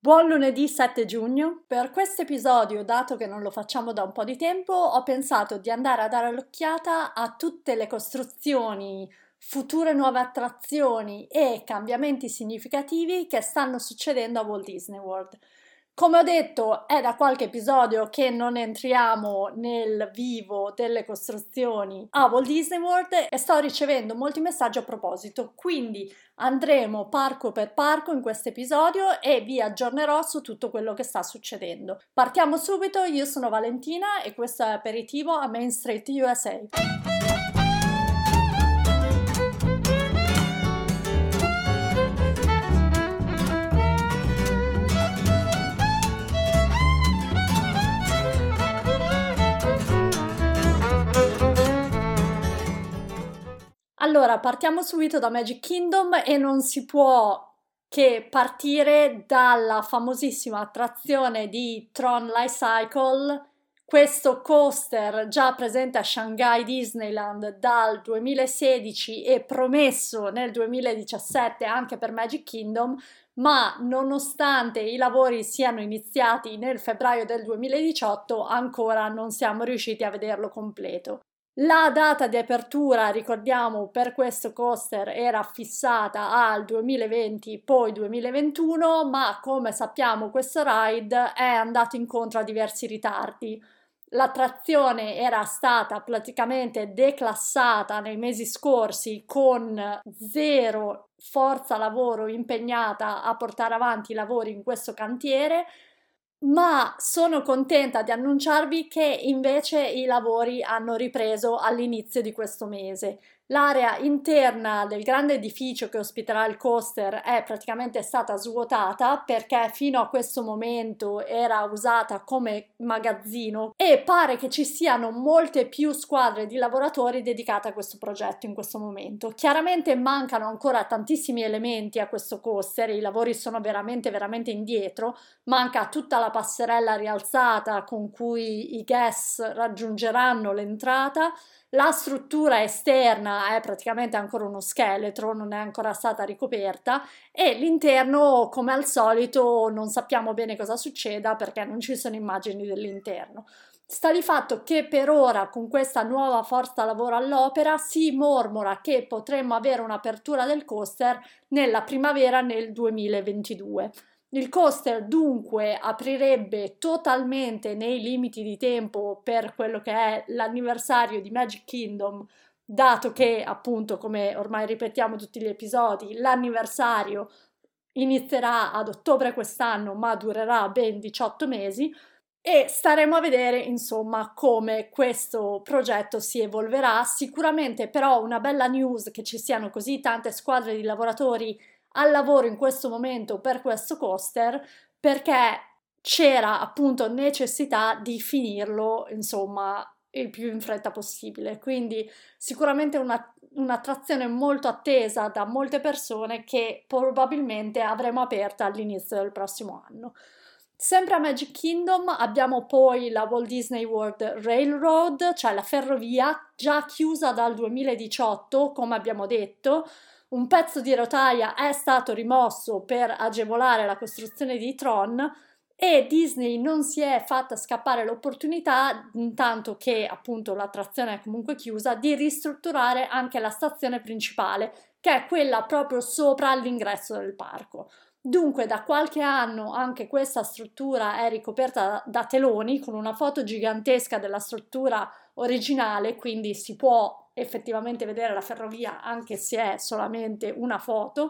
Buon lunedì 7 giugno. Per questo episodio, dato che non lo facciamo da un po' di tempo, ho pensato di andare a dare l'occhiata a tutte le costruzioni, future nuove attrazioni e cambiamenti significativi che stanno succedendo a Walt Disney World. Come ho detto, è da qualche episodio che non entriamo nel vivo delle costruzioni a Walt Disney World e sto ricevendo molti messaggi a proposito, quindi andremo parco per parco in questo episodio e vi aggiornerò su tutto quello che sta succedendo. Partiamo subito, io sono Valentina e questo è Aperitivo a Main Street USA. Allora, partiamo subito da Magic Kingdom e non si può che partire dalla famosissima attrazione di Tron Life Cycle, questo coaster già presente a Shanghai Disneyland dal 2016 e promesso nel 2017 anche per Magic Kingdom, ma nonostante i lavori siano iniziati nel febbraio del 2018 ancora non siamo riusciti a vederlo completo. La data di apertura, ricordiamo, per questo coaster era fissata al 2020, poi 2021, ma come sappiamo questo ride è andato incontro a diversi ritardi. L'attrazione era stata praticamente declassata nei mesi scorsi con zero forza lavoro impegnata a portare avanti i lavori in questo cantiere, ma sono contenta di annunciarvi che invece i lavori hanno ripreso all'inizio di questo mese. L'area interna del grande edificio che ospiterà il coaster è praticamente stata svuotata perché fino a questo momento era usata come magazzino e pare che ci siano molte più squadre di lavoratori dedicate a questo progetto in questo momento. Chiaramente mancano ancora tantissimi elementi a questo coaster, i lavori sono veramente indietro, manca tutta la passerella rialzata con cui i guest raggiungeranno l'entrata. La struttura esterna è praticamente ancora uno scheletro, non è ancora stata ricoperta e l'interno, come al solito, non sappiamo bene cosa succeda perché non ci sono immagini dell'interno. Sta di fatto che per ora, con questa nuova forza lavoro all'opera, si mormora che potremmo avere un'apertura del coaster nella primavera nel 2022. Il coaster dunque aprirebbe totalmente nei limiti di tempo per quello che è l'anniversario di Magic Kingdom, dato che appunto, come ormai ripetiamo tutti gli episodi, l'anniversario inizierà ad ottobre quest'anno ma durerà ben 18 mesi e staremo a vedere insomma come questo progetto si evolverà. Sicuramente però una bella news che ci siano così tante squadre di lavoratori al lavoro in questo momento per questo coaster, perché c'era appunto necessità di finirlo insomma il più in fretta possibile, quindi sicuramente un'attrazione molto attesa da molte persone che probabilmente avremo aperta all'inizio del prossimo anno. Sempre a Magic Kingdom abbiamo poi la Walt Disney World Railroad, cioè la ferrovia già chiusa dal 2018, come abbiamo detto. Un pezzo di rotaia è stato rimosso per agevolare la costruzione di Tron e Disney non si è fatta scappare l'opportunità, intanto che appunto l'attrazione è comunque chiusa, di ristrutturare anche la stazione principale, che è quella proprio sopra l'ingresso del parco. Dunque da qualche anno anche questa struttura è ricoperta da teloni con una foto gigantesca della struttura originale, quindi si può effettivamente vedere la ferrovia anche se è solamente una foto,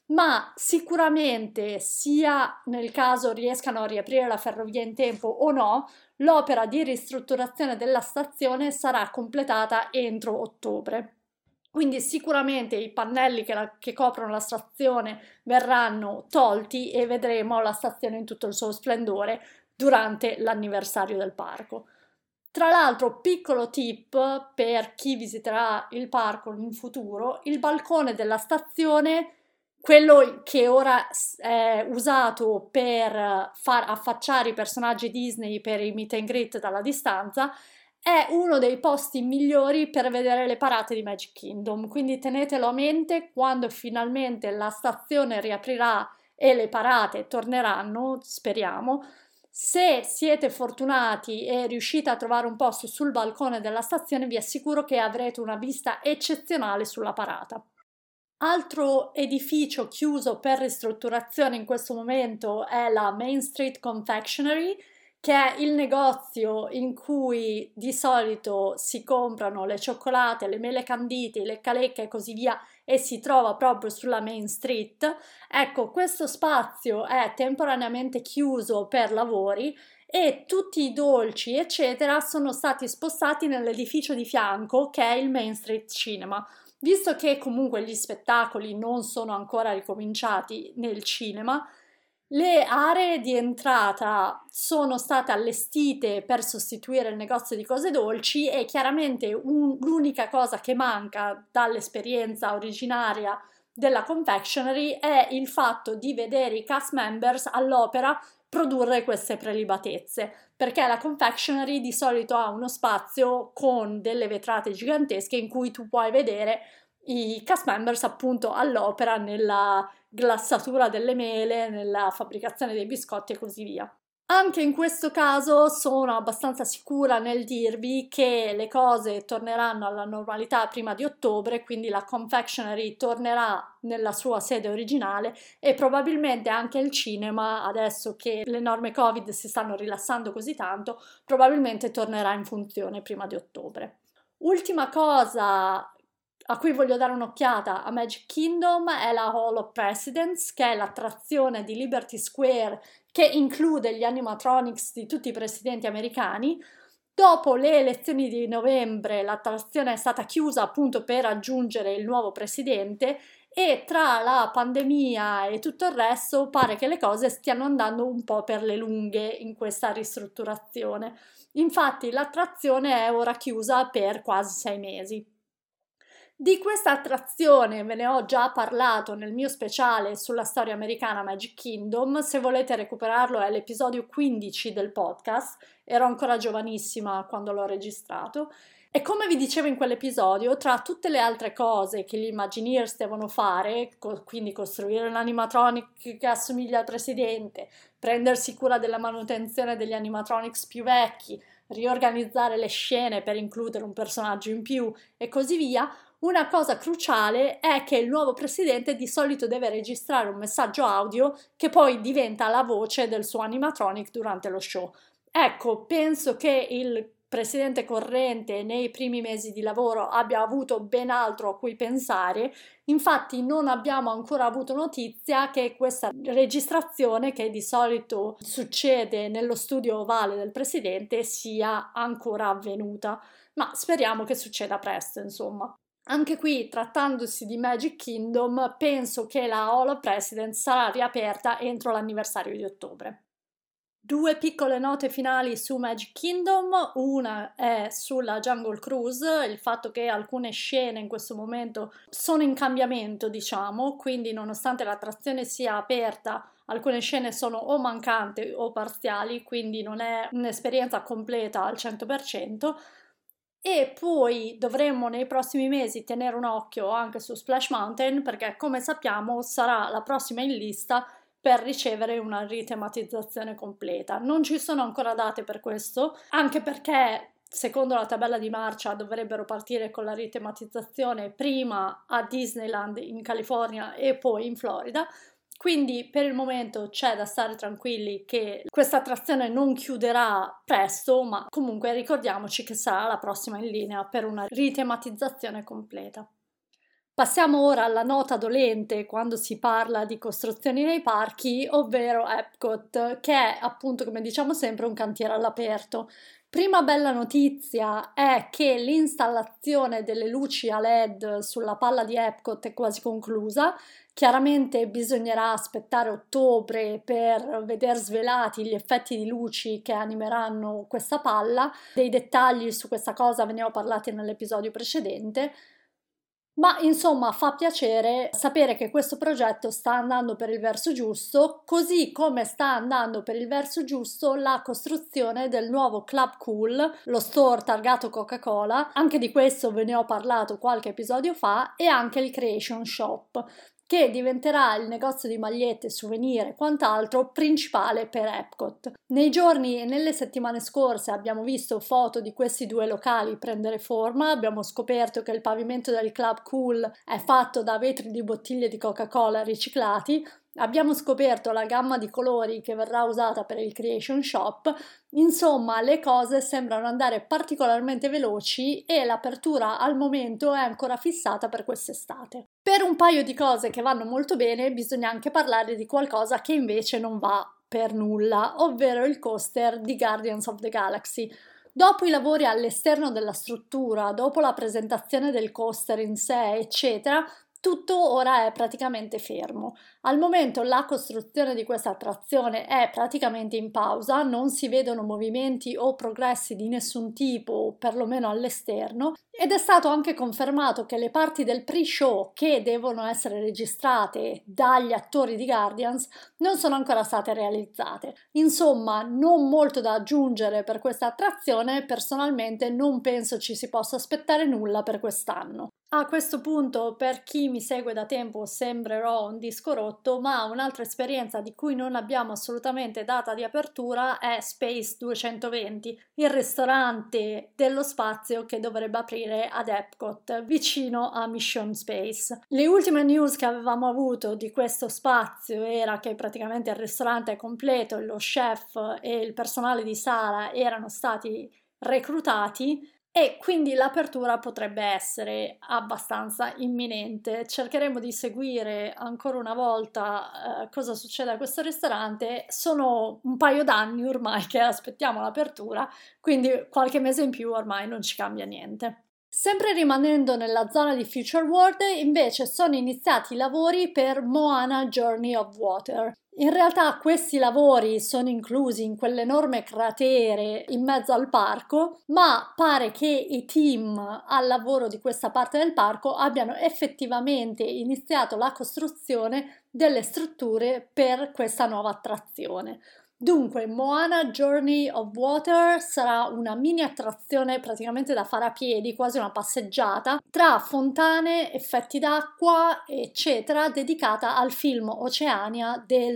ma sicuramente sia nel caso riescano a riaprire la ferrovia in tempo o no, l'opera di ristrutturazione della stazione sarà completata entro ottobre. Quindi sicuramente i pannelli che coprono la stazione verranno tolti e vedremo la stazione in tutto il suo splendore durante l'anniversario del parco. Tra l'altro, piccolo tip per chi visiterà il parco in futuro, il balcone della stazione, quello che ora è usato per far affacciare i personaggi Disney per i meet and greet dalla distanza, è uno dei posti migliori per vedere le parate di Magic Kingdom, quindi tenetelo a mente quando finalmente la stazione riaprirà e le parate torneranno, speriamo. Se siete fortunati e riuscite a trovare un posto sul balcone della stazione, vi assicuro che avrete una vista eccezionale sulla parata. Altro edificio chiuso per ristrutturazione in questo momento è la Main Street Confectionery, che è il negozio in cui di solito si comprano le cioccolate, le mele candite, le calecche e così via, e si trova proprio sulla Main Street. Ecco, questo spazio è temporaneamente chiuso per lavori e tutti i dolci, eccetera, sono stati spostati nell'edificio di fianco, che è il Main Street Cinema. Visto che comunque gli spettacoli non sono ancora ricominciati nel cinema, le aree di entrata sono state allestite per sostituire il negozio di cose dolci e chiaramente l'unica cosa che manca dall'esperienza originaria della confectionery è il fatto di vedere i cast members all'opera produrre queste prelibatezze, perché la confectionery di solito ha uno spazio con delle vetrate gigantesche in cui tu puoi vedere i cast members appunto all'opera nella glassatura delle mele, nella fabbricazione dei biscotti e così via. Anche in questo caso sono abbastanza sicura nel dirvi che le cose torneranno alla normalità prima di ottobre, quindi la confectionery tornerà nella sua sede originale e probabilmente anche il cinema, adesso che le norme Covid si stanno rilassando così tanto, probabilmente tornerà in funzione prima di ottobre. Ultima cosa a cui voglio dare un'occhiata a Magic Kingdom è la Hall of Presidents, che è l'attrazione di Liberty Square che include gli animatronics di tutti i presidenti americani. Dopo le elezioni di novembre l'attrazione è stata chiusa appunto per aggiungere il nuovo presidente e tra la pandemia e tutto il resto pare che le cose stiano andando un po' per le lunghe in questa ristrutturazione. Infatti l'attrazione è ora chiusa per quasi 6 mesi. Di questa attrazione ve ne ho già parlato nel mio speciale sulla storia americana Magic Kingdom, se volete recuperarlo è l'episodio 15 del podcast, ero ancora giovanissima quando l'ho registrato. E come vi dicevo in quell'episodio, tra tutte le altre cose che gli Imagineers devono fare, quindi costruire un animatronic che assomiglia al presidente, prendersi cura della manutenzione degli animatronics più vecchi, riorganizzare le scene per includere un personaggio in più e così via, una cosa cruciale è che il nuovo presidente di solito deve registrare un messaggio audio che poi diventa la voce del suo animatronic durante lo show. Ecco, penso che il presidente corrente nei primi mesi di lavoro abbia avuto ben altro a cui pensare, infatti non abbiamo ancora avuto notizia che questa registrazione, che di solito succede nello studio ovale del presidente, sia ancora avvenuta, ma speriamo che succeda presto, insomma. Anche qui, trattandosi di Magic Kingdom, penso che la Hall of Presidents sarà riaperta entro l'anniversario di ottobre. Due piccole note finali su Magic Kingdom, una è sulla Jungle Cruise, il fatto che alcune scene in questo momento sono in cambiamento, diciamo, quindi nonostante l'attrazione sia aperta, alcune scene sono o mancanti o parziali, quindi non è un'esperienza completa al 100%. E poi dovremmo nei prossimi mesi tenere un occhio anche su Splash Mountain perché come sappiamo sarà la prossima in lista per ricevere una ritematizzazione completa. Non ci sono ancora date per questo, anche perché secondo la tabella di marcia dovrebbero partire con la ritematizzazione prima a Disneyland in California e poi in Florida. Quindi per il momento c'è da stare tranquilli che questa attrazione non chiuderà presto, ma comunque ricordiamoci che sarà la prossima in linea per una ritematizzazione completa. Passiamo ora alla nota dolente quando si parla di costruzioni nei parchi, ovvero Epcot, che è appunto, come diciamo sempre, un cantiere all'aperto. Prima bella notizia è che l'installazione delle luci a LED sulla palla di Epcot è quasi conclusa. Chiaramente bisognerà aspettare ottobre per veder svelati gli effetti di luci che animeranno questa palla. Dei dettagli su questa cosa ve ne ho parlati nell'episodio precedente. Ma insomma fa piacere sapere che questo progetto sta andando per il verso giusto, così come sta andando per il verso giusto la costruzione del nuovo Club Cool, lo store targato Coca-Cola. Anche di questo ve ne ho parlato qualche episodio fa, e anche il Creation Shop. che diventerà il negozio di magliette, souvenir e quant'altro principale per Epcot. Nei giorni e nelle settimane scorse abbiamo visto foto di questi due locali prendere forma, abbiamo scoperto che il pavimento del Club Cool è fatto da vetri di bottiglie di Coca-Cola riciclati, abbiamo scoperto la gamma di colori che verrà usata per il Creation Shop. Insomma, le cose sembrano andare particolarmente veloci e l'apertura al momento è ancora fissata per quest'estate. Per un paio di cose che vanno molto bene bisogna anche parlare di qualcosa che invece non va per nulla, ovvero il coaster di Guardians of the Galaxy. Dopo i lavori all'esterno della struttura, dopo la presentazione del coaster in sé, eccetera, tutto ora è praticamente fermo. Al momento la costruzione di questa attrazione è praticamente in pausa, non si vedono movimenti o progressi di nessun tipo, perlomeno all'esterno, ed è stato anche confermato che le parti del pre-show che devono essere registrate dagli attori di Guardians non sono ancora state realizzate. Insomma, non molto da aggiungere per questa attrazione, personalmente non penso ci si possa aspettare nulla per quest'anno. A questo punto, per chi mi segue da tempo, sembrerò un disco rotto, ma un'altra esperienza di cui non abbiamo assolutamente data di apertura è Space 220, il ristorante dello spazio che dovrebbe aprire ad Epcot, vicino a Mission Space. Le ultime news che avevamo avuto di questo spazio era che praticamente il ristorante è completo, lo chef e il personale di sala erano stati reclutati, e quindi l'apertura potrebbe essere abbastanza imminente. Cercheremo di seguire ancora una volta cosa succede a questo ristorante. Sono un paio d'anni ormai che aspettiamo l'apertura, quindi qualche mese in più ormai non ci cambia niente. Sempre rimanendo nella zona di Future World, invece sono iniziati i lavori per Moana Journey of Water. In realtà questi lavori sono inclusi in quell'enorme cratere in mezzo al parco, ma pare che i team al lavoro di questa parte del parco abbiano effettivamente iniziato la costruzione delle strutture per questa nuova attrazione. Dunque, Moana Journey of Water sarà una mini attrazione praticamente da fare a piedi, quasi una passeggiata, tra fontane, effetti d'acqua, eccetera, dedicata al film Oceania del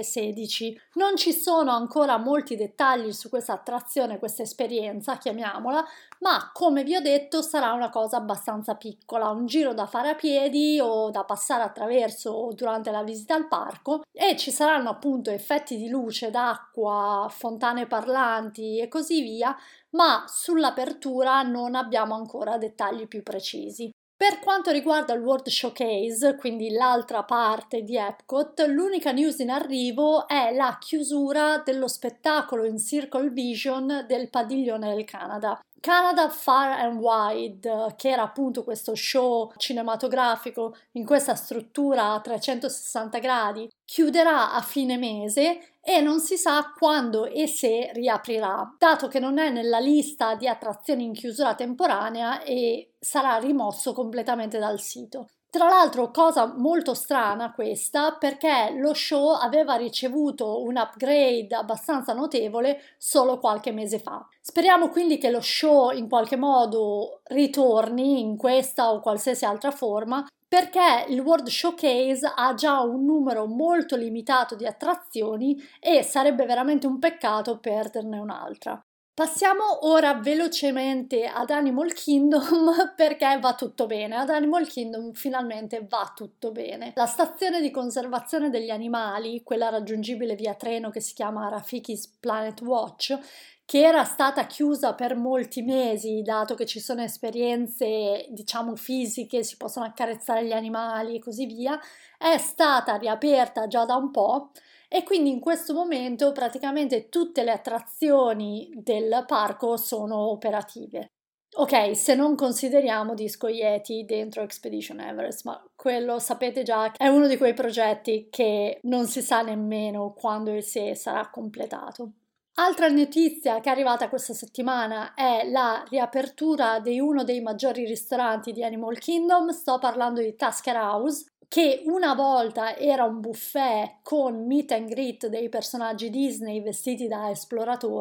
2016. Non ci sono ancora molti dettagli su questa attrazione, questa esperienza, chiamiamola, ma come vi ho detto sarà una cosa abbastanza piccola, un giro da fare a piedi o da passare attraverso durante la visita al parco, e ci saranno appunto effetti di luce, d'acqua, fontane parlanti e così via, ma sull'apertura non abbiamo ancora dettagli più precisi. Per quanto riguarda il World Showcase, quindi l'altra parte di Epcot, l'unica news in arrivo è la chiusura dello spettacolo in Circle Vision del padiglione del Canada. Canada Far and Wide, che era appunto questo show cinematografico in questa struttura a 360 gradi, chiuderà a fine mese e non si sa quando e se riaprirà, dato che non è nella lista di attrazioni in chiusura temporanea e sarà rimosso completamente dal sito. Tra l'altro, cosa molto strana questa, perché lo show aveva ricevuto un upgrade abbastanza notevole solo qualche mese fa. Speriamo quindi che lo show in qualche modo ritorni in questa o qualsiasi altra forma, perché il World Showcase ha già un numero molto limitato di attrazioni e sarebbe veramente un peccato perderne un'altra. Passiamo ora velocemente ad Animal Kingdom perché va tutto bene. Ad Animal Kingdom finalmente va tutto bene. La stazione di conservazione degli animali, quella raggiungibile via treno che si chiama Rafiki's Planet Watch, che era stata chiusa per molti mesi, dato che ci sono esperienze, diciamo, fisiche, si possono accarezzare gli animali e così via, è stata riaperta già da un po'. E quindi in questo momento praticamente tutte le attrazioni del parco sono operative. Ok, se non consideriamo Disco Yeti dentro Expedition Everest, ma quello sapete già che è uno di quei progetti che non si sa nemmeno quando e se sarà completato. Altra notizia che è arrivata questa settimana è la riapertura di uno dei maggiori ristoranti di Animal Kingdom, sto parlando di Tusker House, che una volta era un buffet con meet and greet dei personaggi Disney vestiti da esploratori,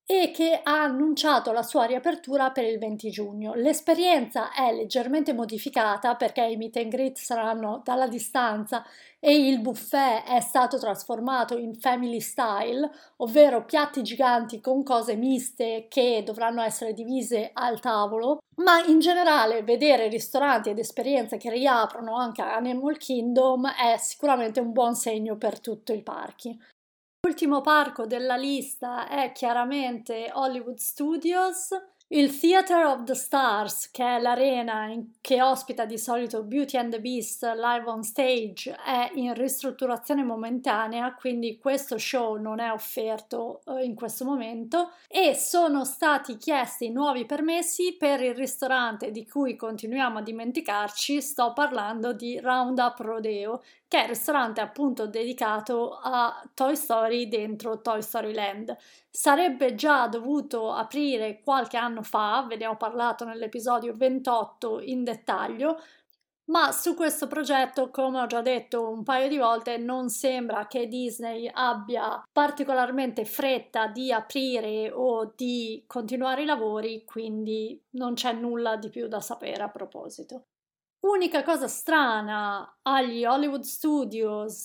e che ha annunciato la sua riapertura per il 20 giugno. L'esperienza è leggermente modificata perché i meet and greet saranno dalla distanza e il buffet è stato trasformato in family style, ovvero piatti giganti con cose miste che dovranno essere divise al tavolo, ma in generale vedere ristoranti ed esperienze che riaprono anche a Animal Kingdom è sicuramente un buon segno per tutto i parchi. L'ultimo parco della lista è chiaramente Hollywood Studios. Il Theatre of the Stars, che è l'arena che ospita di solito Beauty and the Beast live on stage, è in ristrutturazione momentanea, quindi questo show non è offerto in questo momento, e sono stati chiesti nuovi permessi per il ristorante di cui continuiamo a dimenticarci. Sto parlando di Roundup Rodeo, che è il ristorante appunto dedicato a Toy Story dentro Toy Story Land. Sarebbe già dovuto aprire qualche anno fa, ve ne ho parlato nell'episodio 28 in dettaglio, ma su questo progetto, come ho già detto un paio di volte, non sembra che Disney abbia particolarmente fretta di aprire o di continuare i lavori, quindi non c'è nulla di più da sapere a proposito. Unica cosa strana agli Hollywood Studios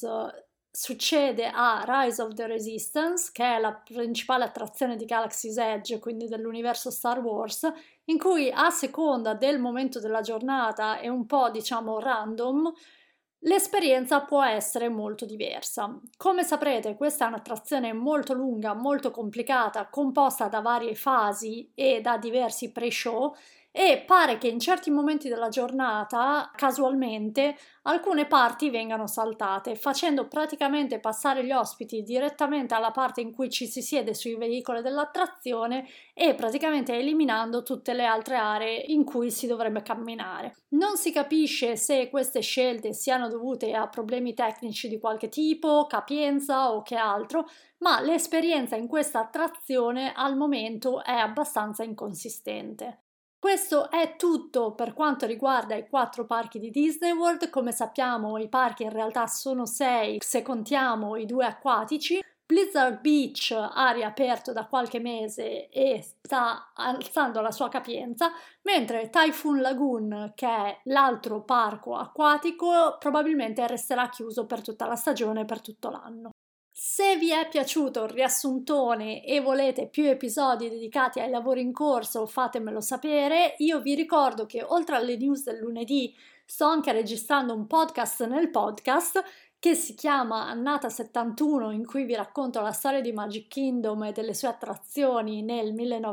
succede a Rise of the Resistance, che è la principale attrazione di Galaxy's Edge, quindi dell'universo Star Wars, in cui a seconda del momento della giornata e un po' diciamo random, l'esperienza può essere molto diversa. Come saprete, questa è un'attrazione molto lunga, molto complicata, composta da varie fasi e da diversi pre-show, e pare che in certi momenti della giornata, casualmente, alcune parti vengano saltate, facendo praticamente passare gli ospiti direttamente alla parte in cui ci si siede sui veicoli dell'attrazione e praticamente eliminando tutte le altre aree in cui si dovrebbe camminare. Non si capisce se queste scelte siano dovute a problemi tecnici di qualche tipo, capienza o che altro, ma l'esperienza in questa attrazione al momento è abbastanza inconsistente. Questo è tutto per quanto riguarda i 4 parchi di Disney World. Come sappiamo, i parchi in realtà sono 6 se contiamo i 2 acquatici. Blizzard Beach ha riaperto da qualche mese e sta alzando la sua capienza, mentre Typhoon Lagoon, che è l'altro parco acquatico, probabilmente resterà chiuso per tutta la stagione, per tutto l'anno. Se vi è piaciuto il riassuntone e volete più episodi dedicati ai lavori in corso, fatemelo sapere. Io vi ricordo che oltre alle news del lunedì sto anche registrando un podcast nel podcast che si chiama Annata 71, in cui vi racconto la storia di Magic Kingdom e delle sue attrazioni nel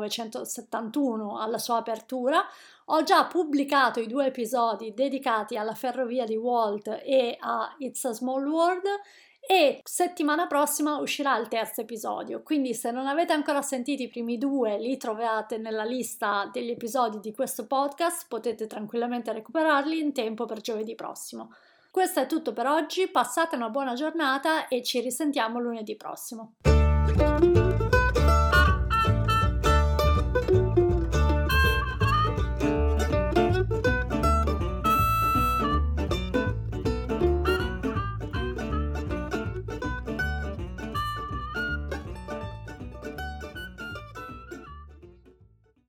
1971 alla sua apertura. Ho già pubblicato i 2 episodi dedicati alla ferrovia di Walt e a It's a Small World, e settimana prossima uscirà il terzo episodio, quindi se non avete ancora sentito i primi 2 li trovate nella lista degli episodi di questo podcast, potete tranquillamente recuperarli in tempo per giovedì prossimo. Questo è tutto per oggi, passate una buona giornata e ci risentiamo lunedì prossimo.